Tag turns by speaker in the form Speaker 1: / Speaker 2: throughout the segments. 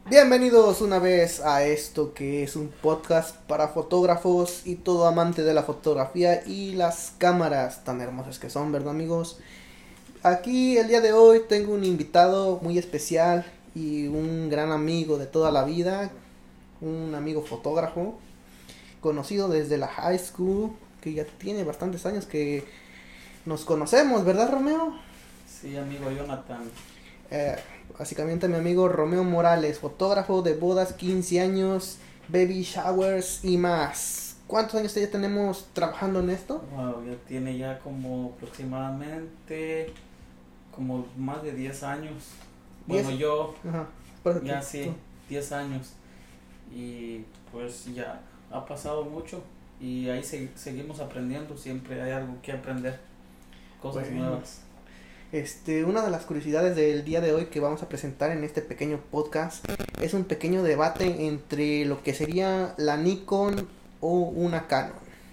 Speaker 1: Bienvenidos una vez a esto que es un podcast para fotógrafos y todo amante de la fotografía y las cámaras tan hermosas que son, ¿verdad, amigos? Aquí el día de hoy tengo un invitado muy especial y un gran amigo de toda la vida, un amigo fotógrafo conocido desde la high school, que ya tiene bastantes años que nos conocemos, ¿verdad, Romeo?
Speaker 2: Sí, amigo Jonathan.
Speaker 1: Básicamente mi amigo Romeo Morales, fotógrafo de bodas, 15 años, baby showers y más. ¿Cuántos años ya tenemos trabajando en esto?
Speaker 2: Wow, ya tiene ya como aproximadamente como más de 10 años. Bueno,
Speaker 1: ¿10?
Speaker 2: yo
Speaker 1: Ajá.
Speaker 2: ya sí, 10 años. Y pues ya ha pasado mucho y ahí seguimos aprendiendo, siempre hay algo que aprender, cosas
Speaker 1: Bueno.
Speaker 2: nuevas.
Speaker 1: Una de las curiosidades del día de hoy que vamos a presentar en este pequeño podcast es un pequeño debate entre lo que sería la Nikon o una Canon.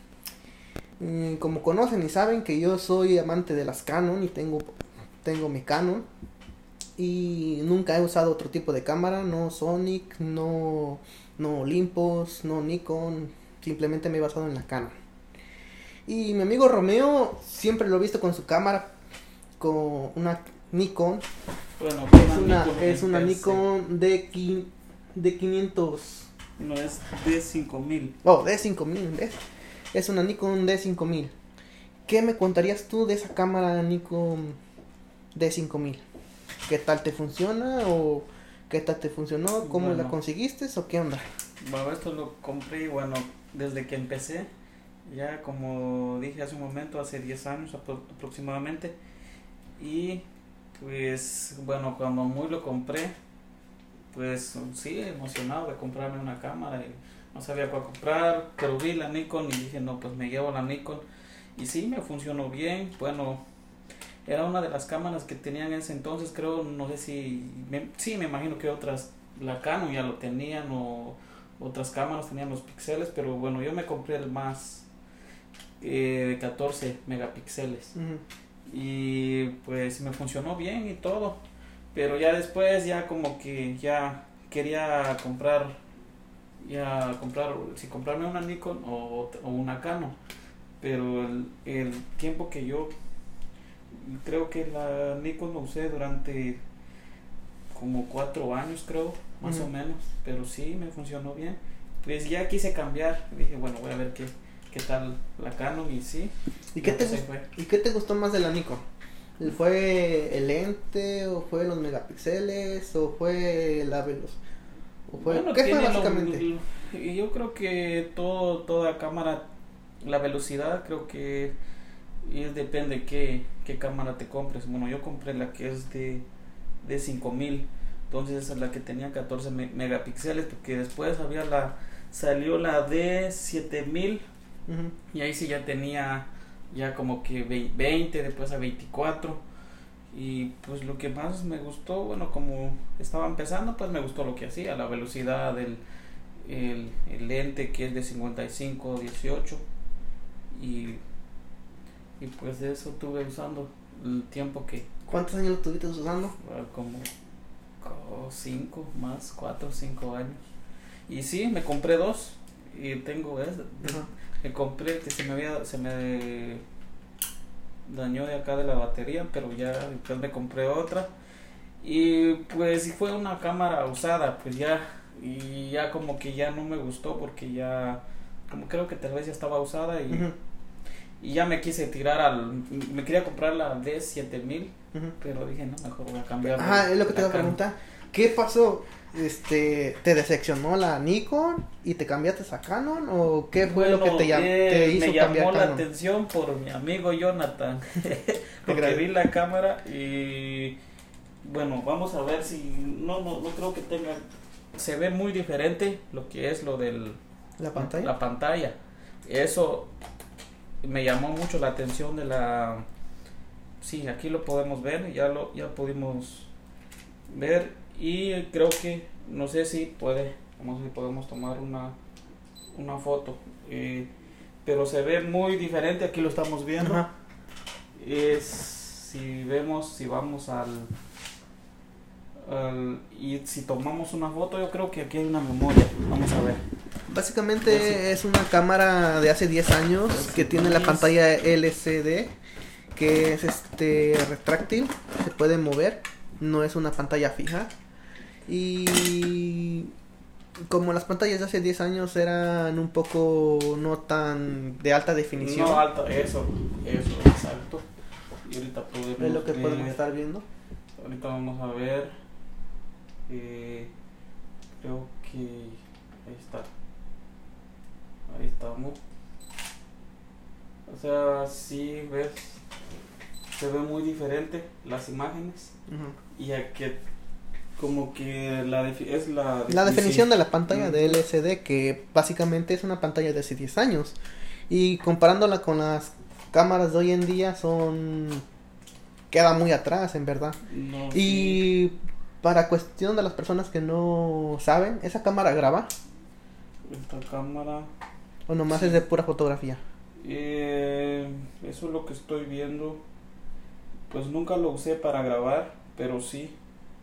Speaker 1: Como conocen y saben que yo soy amante de las Canon y tengo mi Canon y nunca he usado otro tipo de cámara, no Sonic, no Olympus, no Nikon, simplemente me he basado en la Canon. Y mi amigo Romeo siempre lo he visto con su cámara, con una Nikon.
Speaker 2: Bueno,
Speaker 1: Es una Nikon de 500.
Speaker 2: No, es de 5000.
Speaker 1: Oh, D5000. Es una Nikon D5000. ¿Qué me contarías tú de esa cámara Nikon D5000? ¿Qué tal te funciona o qué tal te funcionó? ¿Cómo la conseguiste o qué onda?
Speaker 2: Bueno, esto lo compré, bueno, desde que empecé, ya como dije hace un momento, hace 10 años aproximadamente. Y pues bueno, cuando muy lo compré, pues sí, emocionado de comprarme una cámara y no sabía cuál comprar, pero vi la Nikon y dije no, pues me llevo la Nikon y sí, me funcionó bien. Bueno, era una de las cámaras que tenían en ese entonces, creo, no sé si, sí, me imagino que otras, la Canon ya lo tenían o otras cámaras tenían los píxeles, pero bueno, yo me compré el más de 14 megapíxeles. Y pues me funcionó bien y todo, pero ya después ya como que ya quería si comprarme una Nikon o una Canon, pero el tiempo que yo creo que la Nikon lo usé durante como 4 años, creo, más o menos, pero sí me funcionó bien. Pues ya quise cambiar, dije bueno, voy a ver qué tal la Canon y sí.
Speaker 1: ¿Y qué te gustó más de la Nikon? ¿Fue el lente o fue los megapíxeles o fue la velocidad?
Speaker 2: Bueno,
Speaker 1: ¿Qué fue básicamente?
Speaker 2: Yo creo que toda cámara, la velocidad creo que depende qué cámara te compres. Bueno, yo compré la que es de 5000, entonces esa es la que tenía 14 megapíxeles, porque después salió la de 7000. Y ahí sí ya tenía ya como que 20, después a 24. Y pues lo que más me gustó, bueno, como estaba empezando, pues me gustó lo que hacía, la velocidad del el lente que es de 55-18. Y pues de eso estuve usando el tiempo que...
Speaker 1: ¿Cuántos años lo estuviste usando?
Speaker 2: Como 4 o 5 años. Y sí, me compré dos y tengo me compré que se me dañó de acá de la batería, pero ya después me compré otra y pues fue una cámara usada, pues ya como que ya no me gustó, porque ya como creo que tal vez ya estaba usada y ya me quise me quería comprar la D7000, pero dije no, mejor voy a cambiar.
Speaker 1: Es lo que te iba a preguntar. ¿Qué pasó? ¿Te decepcionó la Nikon y te cambiaste a Canon o qué fue lo que te hizo cambiar?
Speaker 2: Me llamó la atención por mi amigo Jonathan, porque vi la cámara y bueno, vamos a ver si no creo que se ve muy diferente lo que es lo del la pantalla. Eso me llamó mucho la atención sí, aquí lo podemos ver, ya pudimos ver. Y creo que no sé si podemos tomar una foto, pero se ve muy diferente. Aquí lo estamos viendo. Si vamos Y si tomamos una foto, yo creo que aquí hay una memoria. Vamos a ver.
Speaker 1: Básicamente es una cámara de hace 10 años que tiene la pantalla LCD, que es retráctil, se puede mover, no es una pantalla fija. Y como las pantallas de hace 10 años eran un poco no tan de alta definición.
Speaker 2: No alta, eso, exacto. Y ahorita podemos
Speaker 1: Es lo que
Speaker 2: ver,
Speaker 1: podemos estar viendo.
Speaker 2: ahorita vamos a ver. Creo que ahí está. Ahí estamos. O sea, sí, ves, se ve muy diferente las imágenes. Y aquí como que es
Speaker 1: la definición de la pantalla de LCD, que básicamente es una pantalla de hace 10 años. Y comparándola con las cámaras de hoy en día queda muy atrás, en verdad.
Speaker 2: No,
Speaker 1: y para cuestión de las personas que no saben, ¿esa cámara graba?
Speaker 2: Esta cámara...
Speaker 1: ¿O nomás es de pura fotografía?
Speaker 2: Eso es lo que estoy viendo. Pues nunca lo usé para grabar, pero sí.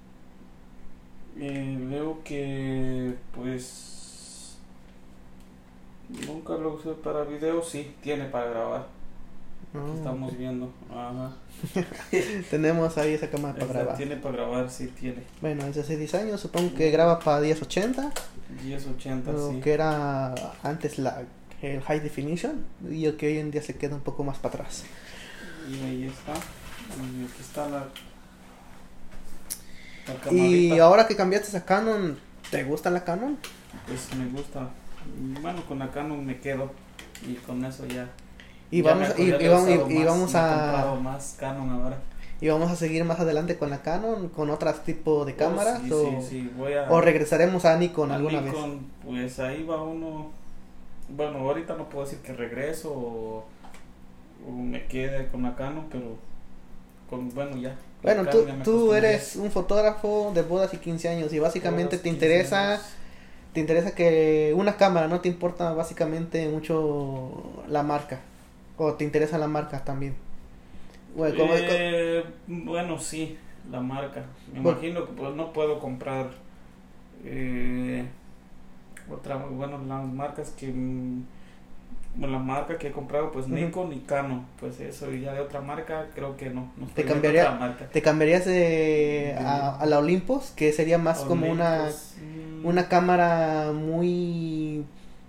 Speaker 2: Veo que pues nunca lo usé para video, sí, tiene para grabar. Estamos viendo. Ajá.
Speaker 1: Tenemos ahí esa cámara para grabar.
Speaker 2: Tiene para grabar, sí tiene.
Speaker 1: Bueno, es de hace 10 años, supongo que graba para 1080.
Speaker 2: 1080, sí.
Speaker 1: Que era antes el High Definition, y el que hoy en día se queda un poco más para atrás.
Speaker 2: Y ahí está. Y aquí está la
Speaker 1: y ahora que cambiaste a Canon, ¿te gusta la Canon?
Speaker 2: Pues me gusta. Bueno, con la Canon me quedo. Y con eso ya.
Speaker 1: Y
Speaker 2: ya
Speaker 1: vamos a
Speaker 2: más Canon ahora.
Speaker 1: Y vamos a seguir más adelante con la Canon, con otros tipos de cámaras.
Speaker 2: Sí,
Speaker 1: o regresaremos a Nikon
Speaker 2: alguna
Speaker 1: vez.
Speaker 2: Pues ahí va uno. Bueno, ahorita no puedo decir que regreso o me quede con la Canon, pero bueno, ya.
Speaker 1: Bueno, tú eres un fotógrafo de bodas y 15 años y básicamente te interesa que una cámara, no te importa básicamente mucho la marca, o te interesa la marca también.
Speaker 2: Bueno, sí, la marca. Me imagino que pues no puedo comprar las marcas la marca que he comprado, pues Nikon y Canon, pues eso, y ya de otra marca creo que no
Speaker 1: ¿Te cambiarías a la Olympus, que sería más como una cámara muy...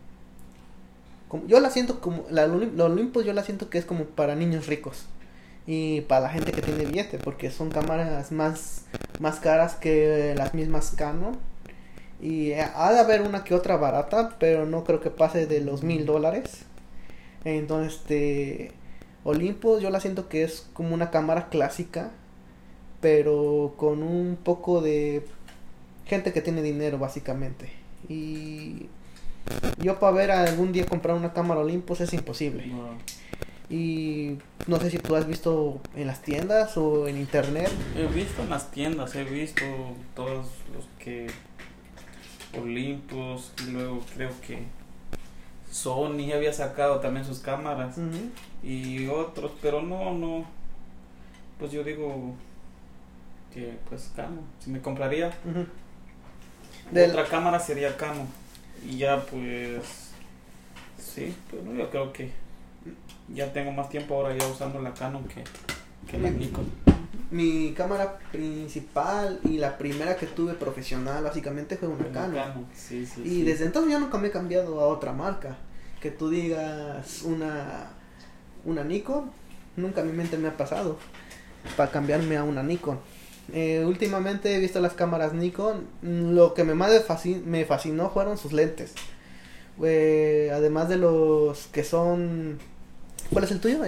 Speaker 1: yo la siento como la Olympus, yo la siento que es como para niños ricos y para la gente que tiene billete, porque son cámaras más caras que las mismas Canon, y ha de haber una que otra barata, pero no creo que pase de los $1,000. Entonces Olympus yo la siento que es como una cámara clásica, pero con un poco de gente que tiene dinero básicamente. Y yo para ver algún día comprar una cámara Olympus es imposible.
Speaker 2: No.
Speaker 1: Y no sé si tú has visto en las tiendas o en internet.
Speaker 2: He visto en las tiendas, he visto todos los que Olympus, y luego creo que Sony había sacado también sus cámaras. Y otros, pero no, pues yo que pues Canon, si me compraría otra cámara sería Canon, y ya pues sí, pero yo creo que ya tengo más tiempo ahora ya usando la Canon que la Nikon.
Speaker 1: Mi cámara principal y la primera que tuve profesional básicamente fue una Canon.
Speaker 2: Sí,
Speaker 1: y desde entonces yo nunca me he cambiado a otra marca. Que tú digas una Nikon, nunca a mi mente me ha pasado para cambiarme a una Nikon. Últimamente he visto las cámaras Nikon. Lo que me fascinó fueron sus lentes. Además de los que son... ¿Cuál es el tuyo?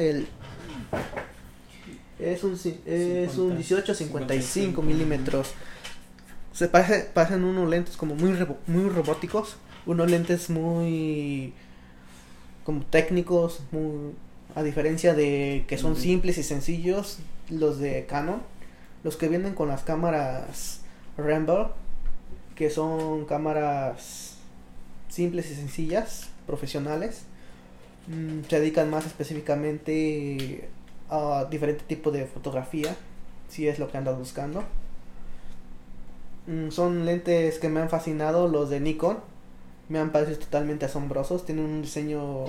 Speaker 1: Es un 18-55 milímetros. Se parecen unos lentes como muy robóticos. Unos lentes muy como técnicos, a diferencia de que son simples y sencillos los de Canon. Los que vienen con las cámaras Rambo, que son cámaras simples y sencillas, profesionales, se dedican más específicamente a diferente tipo de fotografía, si es lo que andas buscando. Son lentes que me han fascinado, los de Nikon. Me han parecido totalmente asombrosos. Tienen un diseño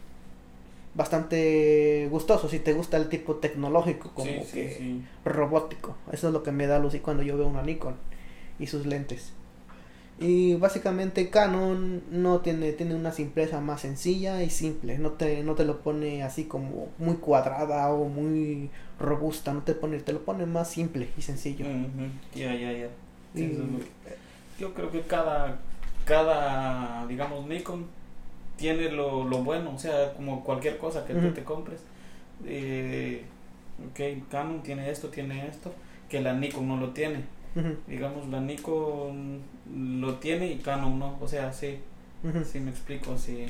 Speaker 1: bastante gustoso, si te gusta el tipo tecnológico, como
Speaker 2: Sí, sí,
Speaker 1: que
Speaker 2: sí.
Speaker 1: robótico. Eso es lo que me da luz cuando yo veo una Nikon y sus lentes. Y básicamente Canon no tiene una simpleza más sencilla y simple, no te lo pone así como muy cuadrada o muy robusta, te lo pone más simple y sencillo.
Speaker 2: Ujú, ya, ya, ya. Sí,
Speaker 1: Y,
Speaker 2: eso es yo creo que digamos, Nikon tiene lo bueno, o sea, como cualquier cosa que tú
Speaker 1: Ujú.
Speaker 2: te compres. Ok, Canon tiene esto, que la Nikon no lo tiene.
Speaker 1: Ujú,
Speaker 2: Digamos, la Nikon lo tiene y Canon no, o sea, sí,
Speaker 1: ujú.
Speaker 2: sí me explico, sí.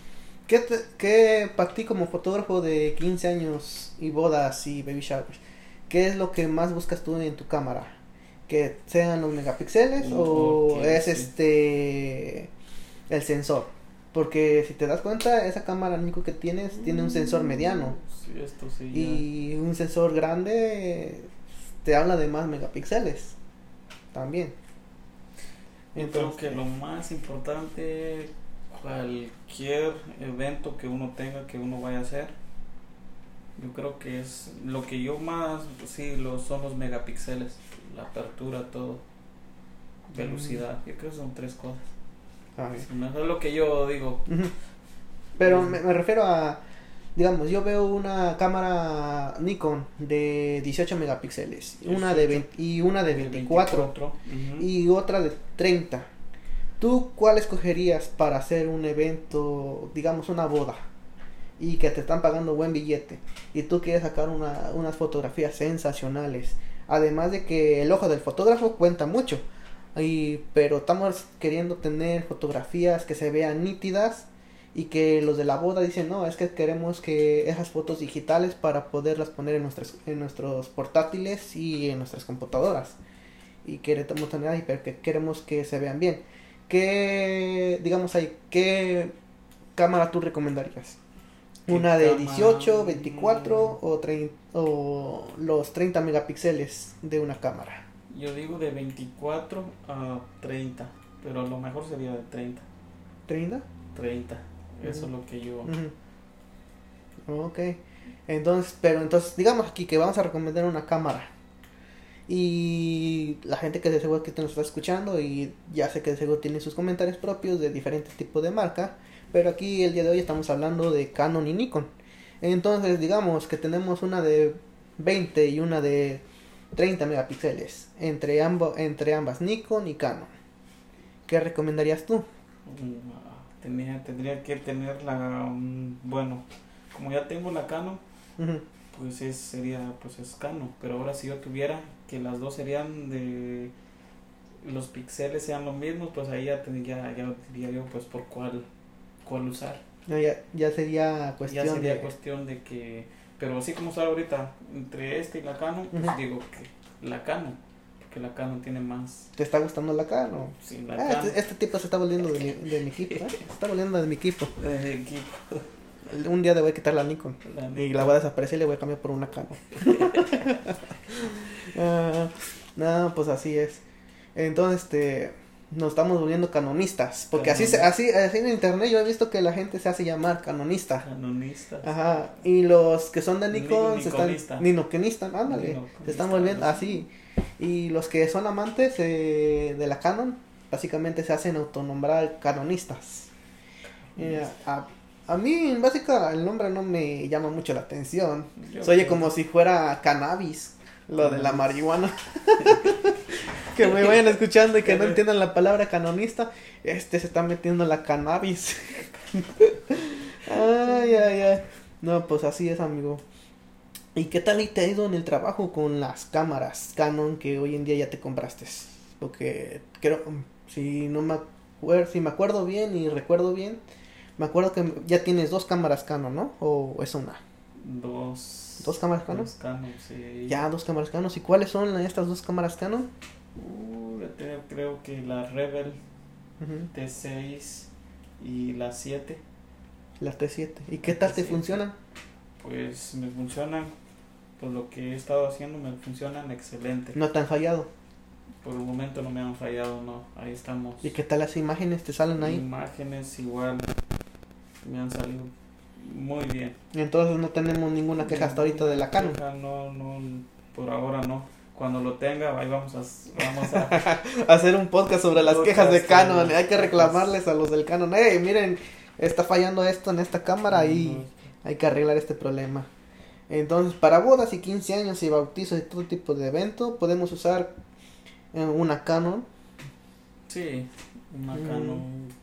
Speaker 1: ¿Qué para ti como fotógrafo de 15 años y bodas y baby showers, qué es lo que más buscas tú en tu cámara? ¿Que sean los megapíxeles
Speaker 2: Ok,
Speaker 1: o es
Speaker 2: sí.
Speaker 1: el sensor? Porque si te das cuenta, esa cámara Nikon que tienes tiene un sensor mediano
Speaker 2: Sí, esto sí, ya.
Speaker 1: y un sensor grande te habla de más megapíxeles también.
Speaker 2: Yo creo
Speaker 1: Entonces,
Speaker 2: que lo más importante, cualquier evento que uno tenga, que uno vaya a hacer, yo creo que es lo que yo más, sí, son los megapíxeles, la apertura, todo, velocidad. Yo creo que son tres cosas.
Speaker 1: a ver.
Speaker 2: Sí, es lo que yo digo.
Speaker 1: Ujú. Pero me refiero a, digamos, yo veo una cámara Nikon de 18 megapíxeles, una de
Speaker 2: 18,
Speaker 1: 20 y una de 24
Speaker 2: ujú.
Speaker 1: y otra de 30. ¿Tú cuál escogerías para hacer un evento, digamos una boda, y que te están pagando buen billete y tú quieres sacar unas fotografías sensacionales? Además de que el ojo del fotógrafo cuenta mucho, pero estamos queriendo tener fotografías que se vean nítidas y que los de la boda dicen, no, es que queremos que esas fotos digitales para poderlas poner en nuestros portátiles y en nuestras computadoras y queremos tener ahí, pero que queremos que se vean bien. Digamos ahí, qué cámara tú recomendarías?
Speaker 2: ¿Qué
Speaker 1: ¿Una de
Speaker 2: cámara?
Speaker 1: 18, 24 o, o los 30 megapíxeles de una cámara?
Speaker 2: Yo digo de 24 a 30, pero lo mejor sería de 30.
Speaker 1: ¿30?
Speaker 2: 30, eso
Speaker 1: Ujú.
Speaker 2: es lo que yo...
Speaker 1: Ujú. Ok. Entonces, digamos aquí que vamos a recomendar una cámara. Y la gente que de seguro que te nos está escuchando y ya sé que de seguro tiene sus comentarios propios de diferentes tipos de marca, pero aquí el día de hoy estamos hablando de Canon y Nikon. Entonces, digamos que tenemos una de 20 y una de 30 megapíxeles entre ambas Nikon y Canon. ¿Qué recomendarías tú?
Speaker 2: Tendría que tener bueno, como ya tengo la Canon,
Speaker 1: Ujú.
Speaker 2: pues sería pues es Canon, pero ahora si yo tuviera que las dos serían de los píxeles sean los mismos, pues ahí ya diría yo pues por cuál usar.
Speaker 1: No, ya sería
Speaker 2: Ya
Speaker 1: cuestión
Speaker 2: sería
Speaker 1: de...
Speaker 2: cuestión de que, pero así como está ahorita entre este y la Canon, pues
Speaker 1: Ujú.
Speaker 2: digo que la Canon, porque la Canon tiene más,
Speaker 1: ¿Te está gustando la Canon?
Speaker 2: sí, la
Speaker 1: Ah,
Speaker 2: Canon.
Speaker 1: este tipo se está volviendo de mi equipo, ¿eh? Se está volviendo de mi equipo.
Speaker 2: Equipo,
Speaker 1: Un día le voy a quitar la Nikon
Speaker 2: la
Speaker 1: y la
Speaker 2: Nikon.
Speaker 1: voy a desaparecer y le voy a cambiar por una Canon. Ah, no, pues así es. Entonces, nos estamos volviendo canonistas. Porque así en internet yo he visto que la gente se hace llamar canonista.
Speaker 2: Canonistas.
Speaker 1: Ajá. Y los que son de Nikon se están.
Speaker 2: Nikonista.
Speaker 1: Ninokenistas, ándale.
Speaker 2: Nikonista,
Speaker 1: Se están volviendo así. Y los que son amantes de la Canon, básicamente se hacen autonombrar canonistas. A mí, en básica, el nombre no me llama mucho la atención.
Speaker 2: Yo
Speaker 1: Se oye
Speaker 2: creo.
Speaker 1: como si fuera cannabis, lo de la marihuana. Que me vayan escuchando y que no entiendan la palabra canonista. Se está metiendo la cannabis. Ay, ay, ay. No, pues así es, amigo. ¿Y qué tal te ha ido en el trabajo con las cámaras Canon que hoy en día ya te compraste? Porque creo, si me acuerdo bien y recuerdo bien, me acuerdo que ya tienes dos cámaras Canon, ¿no? ¿O es una? ¿Dos cámaras Canon?
Speaker 2: Dos Canon, sí.
Speaker 1: Ya, dos cámaras Canon. ¿Y cuáles son estas dos cámaras Canon?
Speaker 2: Creo que la Rebel
Speaker 1: Ujú.
Speaker 2: T6 y la 7.
Speaker 1: Las T7. ¿Y qué tal te
Speaker 2: T7.
Speaker 1: funcionan?
Speaker 2: Pues me funcionan, pues lo que he estado haciendo me funcionan excelente.
Speaker 1: No te han fallado.
Speaker 2: por el momento no me han fallado, no, ahí estamos.
Speaker 1: ¿Y qué tal las imágenes te salen ahí?
Speaker 2: Imágenes igual, me han salido muy bien.
Speaker 1: Entonces no tenemos ninguna queja hasta ahorita de la Canon.
Speaker 2: No, por ahora no. Cuando lo tenga, ahí vamos a
Speaker 1: hacer un podcast sobre las quejas de Canon. Hay que
Speaker 2: podcast.
Speaker 1: reclamarles a los del Canon. Miren, está fallando esto en esta cámara y hay que arreglar este problema. Entonces, para bodas y 15 años y bautizos y todo tipo de evento, podemos usar una Canon.
Speaker 2: Sí, una Canon.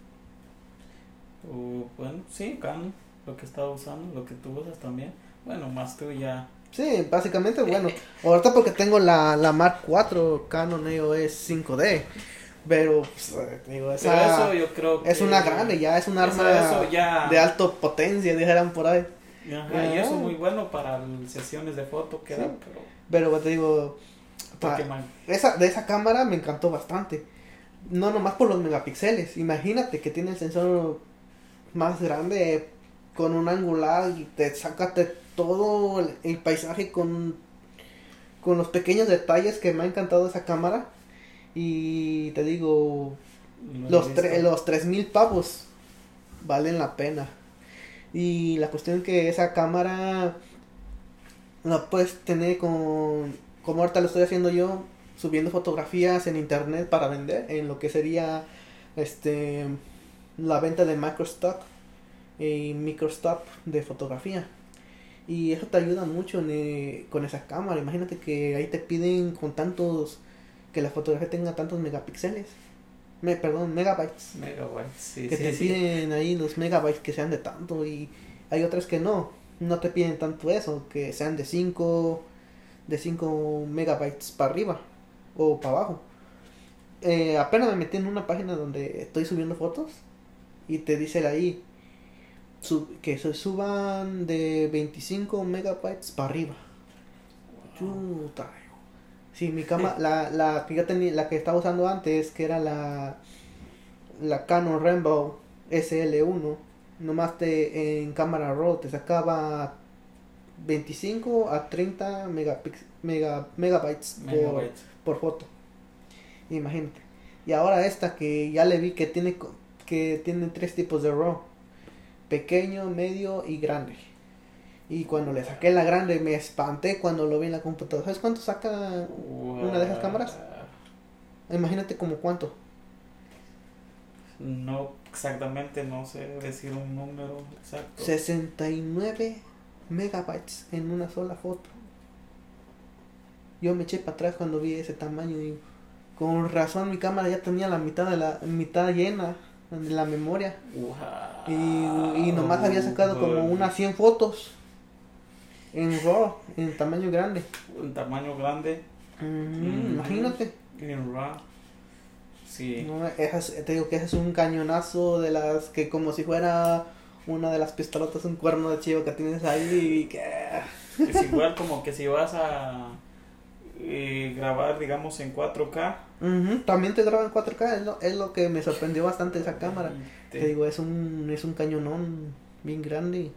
Speaker 2: O, bueno, sí, Canon. Lo que estaba usando, lo que tú usas también. Bueno, más tú ya.
Speaker 1: Sí, básicamente, bueno, ahorita porque tengo la Mark IV Canon EOS 5D, pero pues, digo, esa
Speaker 2: pero eso yo creo que
Speaker 1: es una grande, ya es un arma
Speaker 2: ya,
Speaker 1: de alta potencia, dijeran por ahí.
Speaker 2: Ajá, y eso es muy bueno para sesiones de foto, queda,
Speaker 1: sí, pero te digo, de esa cámara me encantó bastante, no nomás por los megapíxeles, imagínate que tiene el sensor más grande con un angular y te saca todo el paisaje con los pequeños detalles que me ha encantado esa cámara. Y te digo, los 3,000 pavos valen la pena. Y la cuestión es que esa cámara la puedes tener como ahorita lo estoy haciendo yo, subiendo fotografías en internet para vender, en lo que sería la venta de microstock y microstop de fotografía. Y eso te ayuda mucho con esa cámara. Imagínate que ahí te piden con tantos, que la fotografía tenga tantos megapíxeles. Megabytes.
Speaker 2: Sí,
Speaker 1: que te piden ahí los megabytes que sean de tanto. Y hay otras que no te piden tanto eso, que sean de 5 megabytes para arriba o para abajo. Apenas me metí en una página donde estoy subiendo fotos y te dice ahí que se suban de 25 megabytes para arriba. Wow. Sí, mi cámara, la que yo tenía, la que estaba usando antes, que era la Canon Rainbow SL1, nomás en cámara RAW te sacaba 25 a 30 megabytes por foto. Imagínate. Y ahora esta que ya le vi que tiene 3 tipos de RAW: pequeño, medio y grande. Y cuando le saqué la grande me espanté cuando lo vi en la computadora. ¿Sabes cuánto saca una de esas cámaras? Imagínate como cuánto.
Speaker 2: No exactamente, no sé decir un número exacto.
Speaker 1: 69 megabytes en una sola foto. Yo me eché para atrás cuando vi ese tamaño y con razón mi cámara ya tenía la mitad llena de la memoria.
Speaker 2: Wow.
Speaker 1: Y nomás había sacado como unas 100 fotos en RAW, en tamaño grande.
Speaker 2: En tamaño grande.
Speaker 1: Imagínate.
Speaker 2: En RAW. Sí.
Speaker 1: No, te digo que ese es un cañonazo de las que como si fuera una de las pistolotas, un cuerno de chivo que tienes ahí y que...
Speaker 2: Es igual como que si vas a grabar, digamos, en 4K.
Speaker 1: También te graba en 4K, es lo que me sorprendió bastante esa cámara. Te digo, es un cañonón bien grande.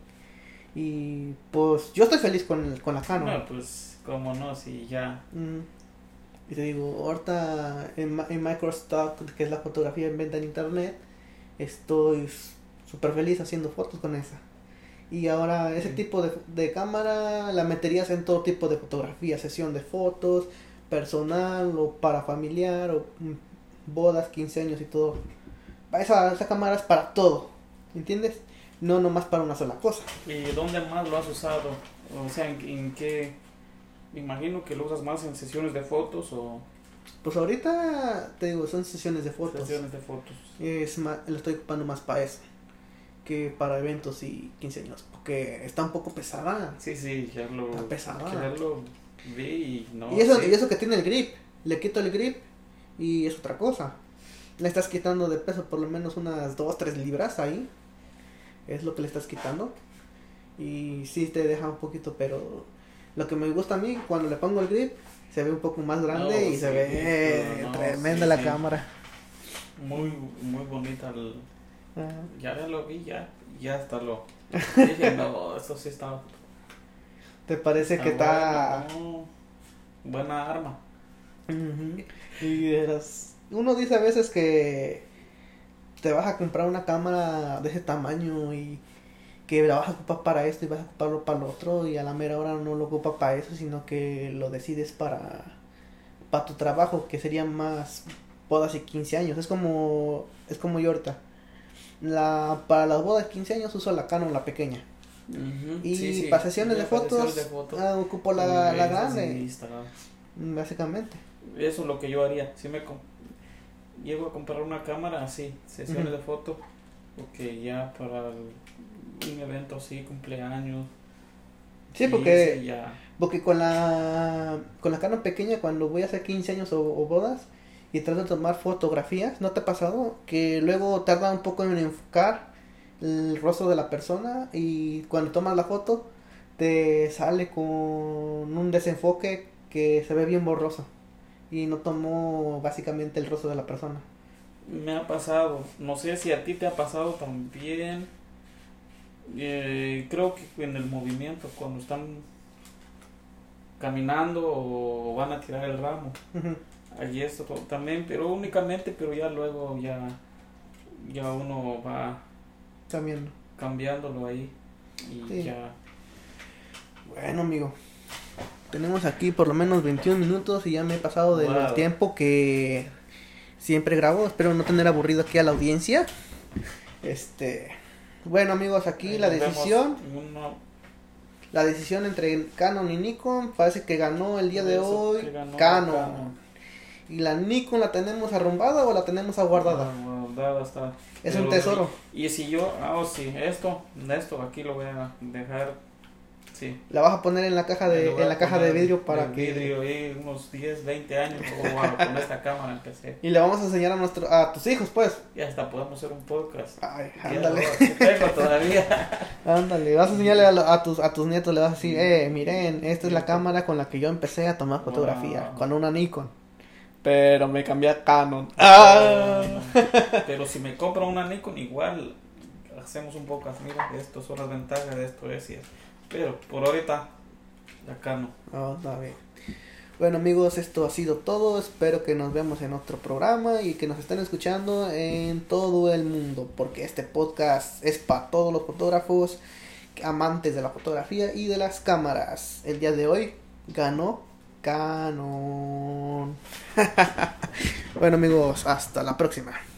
Speaker 1: Y pues yo estoy feliz con la Canon.
Speaker 2: No, pues cómo no, si ya.
Speaker 1: Y te digo, ahorita en Microstock, que es la fotografía en venta en internet, estoy súper feliz haciendo fotos con esa. Y ahora ese tipo de cámara la meterías en todo tipo de fotografía, sesión de fotos, personal o para familiar, o bodas, 15 años y todo. Esa cámara es para todo, ¿entiendes? No nomás para una sola cosa.
Speaker 2: ¿Y dónde más lo has usado? O sea, ¿en qué? Me imagino que lo usas más en sesiones de fotos o...
Speaker 1: Pues ahorita, te digo, son sesiones de fotos.
Speaker 2: Sesiones de fotos.
Speaker 1: Lo estoy ocupando más para eso que para eventos y 15 años, porque está un poco pesada.
Speaker 2: Sí, ya lo...
Speaker 1: Está pesada.
Speaker 2: Ya lo vi y no...
Speaker 1: Y eso que tiene el grip, le quito el grip y es otra cosa. Le estás quitando de peso por lo menos unas 2-3 libras ahí. Es lo que le estás quitando. Y sí te deja un poquito, pero lo que me gusta a mí, cuando le pongo el grip, se ve un poco más grande y se ve tremenda la cámara.
Speaker 2: Muy bonita. Ya lo vi, ya hasta lo... Dije, no, eso sí está...
Speaker 1: ¿Te parece que está...?
Speaker 2: Buena arma.
Speaker 1: Ujú. Y uno dice a veces que te vas a comprar una cámara de ese tamaño y que la vas a ocupar para esto y vas a ocuparlo para lo otro y a la mera hora no lo ocupa para eso, sino que lo decides para tu trabajo, que serían más bodas y 15 años. Es como yo ahorita. Para las bodas de 15 años uso la Canon, la pequeña. Y
Speaker 2: Sí, sí,
Speaker 1: para sesiones de
Speaker 2: para
Speaker 1: fotos,
Speaker 2: sesiones de fotos,
Speaker 1: ocupo
Speaker 2: como
Speaker 1: la
Speaker 2: ves,
Speaker 1: grande,
Speaker 2: así está.
Speaker 1: básicamente.
Speaker 2: Eso es lo que yo haría. Si llego a comprar una cámara así, sesiones
Speaker 1: Ujú.
Speaker 2: de fotos, porque ya para un evento así, cumpleaños,
Speaker 1: Sí,
Speaker 2: 15, ya.
Speaker 1: porque con la Canon pequeña, cuando voy a hacer 15 años o bodas y trato de tomar fotografías, ¿no te ha pasado? Que luego tarda un poco en enfocar el rostro de la persona y cuando tomas la foto te sale con un desenfoque que se ve bien borroso y no tomó básicamente el rostro de la persona.
Speaker 2: Me ha pasado, no sé si a ti te ha pasado también. Creo que en el movimiento, cuando están caminando o van a tirar el ramo,
Speaker 1: Ujú.
Speaker 2: allí esto también, pero únicamente, pero ya luego ya uno va
Speaker 1: También.
Speaker 2: cambiándolo ahí y
Speaker 1: Sí.
Speaker 2: ya.
Speaker 1: Bueno, amigo, tenemos aquí por lo menos 21 minutos y ya me he pasado del
Speaker 2: Wow.
Speaker 1: tiempo que siempre grabo. Espero no tener aburrido aquí a la audiencia. Bueno, amigos, aquí
Speaker 2: Ahí
Speaker 1: la
Speaker 2: nos vemos
Speaker 1: decisión,
Speaker 2: en
Speaker 1: la decisión entre Canon y Nikon parece que ganó el día de
Speaker 2: eso
Speaker 1: hoy
Speaker 2: que ganó
Speaker 1: Canon. ¿Y la Nikon la tenemos arrumbada o la tenemos aguardada?
Speaker 2: Guardada está.
Speaker 1: Es un
Speaker 2: Pero
Speaker 1: tesoro.
Speaker 2: y si yo, sí, esto aquí lo voy a dejar, sí.
Speaker 1: La vas a poner en la caja
Speaker 2: Lo
Speaker 1: de
Speaker 2: voy a
Speaker 1: caja de
Speaker 2: poner
Speaker 1: vidrio para
Speaker 2: de
Speaker 1: que
Speaker 2: vidrio ahí unos 10, 20 años o con esta cámara empecé.
Speaker 1: y le vamos a enseñar a tus hijos, pues.
Speaker 2: Y hasta podemos hacer un podcast.
Speaker 1: Ay,
Speaker 2: Ya,
Speaker 1: ándale.
Speaker 2: sí tengo todavía.
Speaker 1: Ándale, vas a enseñarle a tus nietos, le vas a decir, miren, esta es la cámara con la que yo empecé a tomar fotografía,
Speaker 2: Wow.
Speaker 1: con una Nikon. Pero me cambié a Canon.
Speaker 2: Pero si me compro una Nikon igual hacemos un podcast, mira, esto son las ventajas de esto es y es. Pero por ahorita la Canon.
Speaker 1: Está bien. Bueno, amigos, esto ha sido todo. Espero que nos veamos en otro programa y que nos estén escuchando en todo el mundo, porque este podcast es para todos los fotógrafos, amantes de la fotografía y de las cámaras. El día de hoy ganó Canon. Bueno, amigos, hasta la próxima.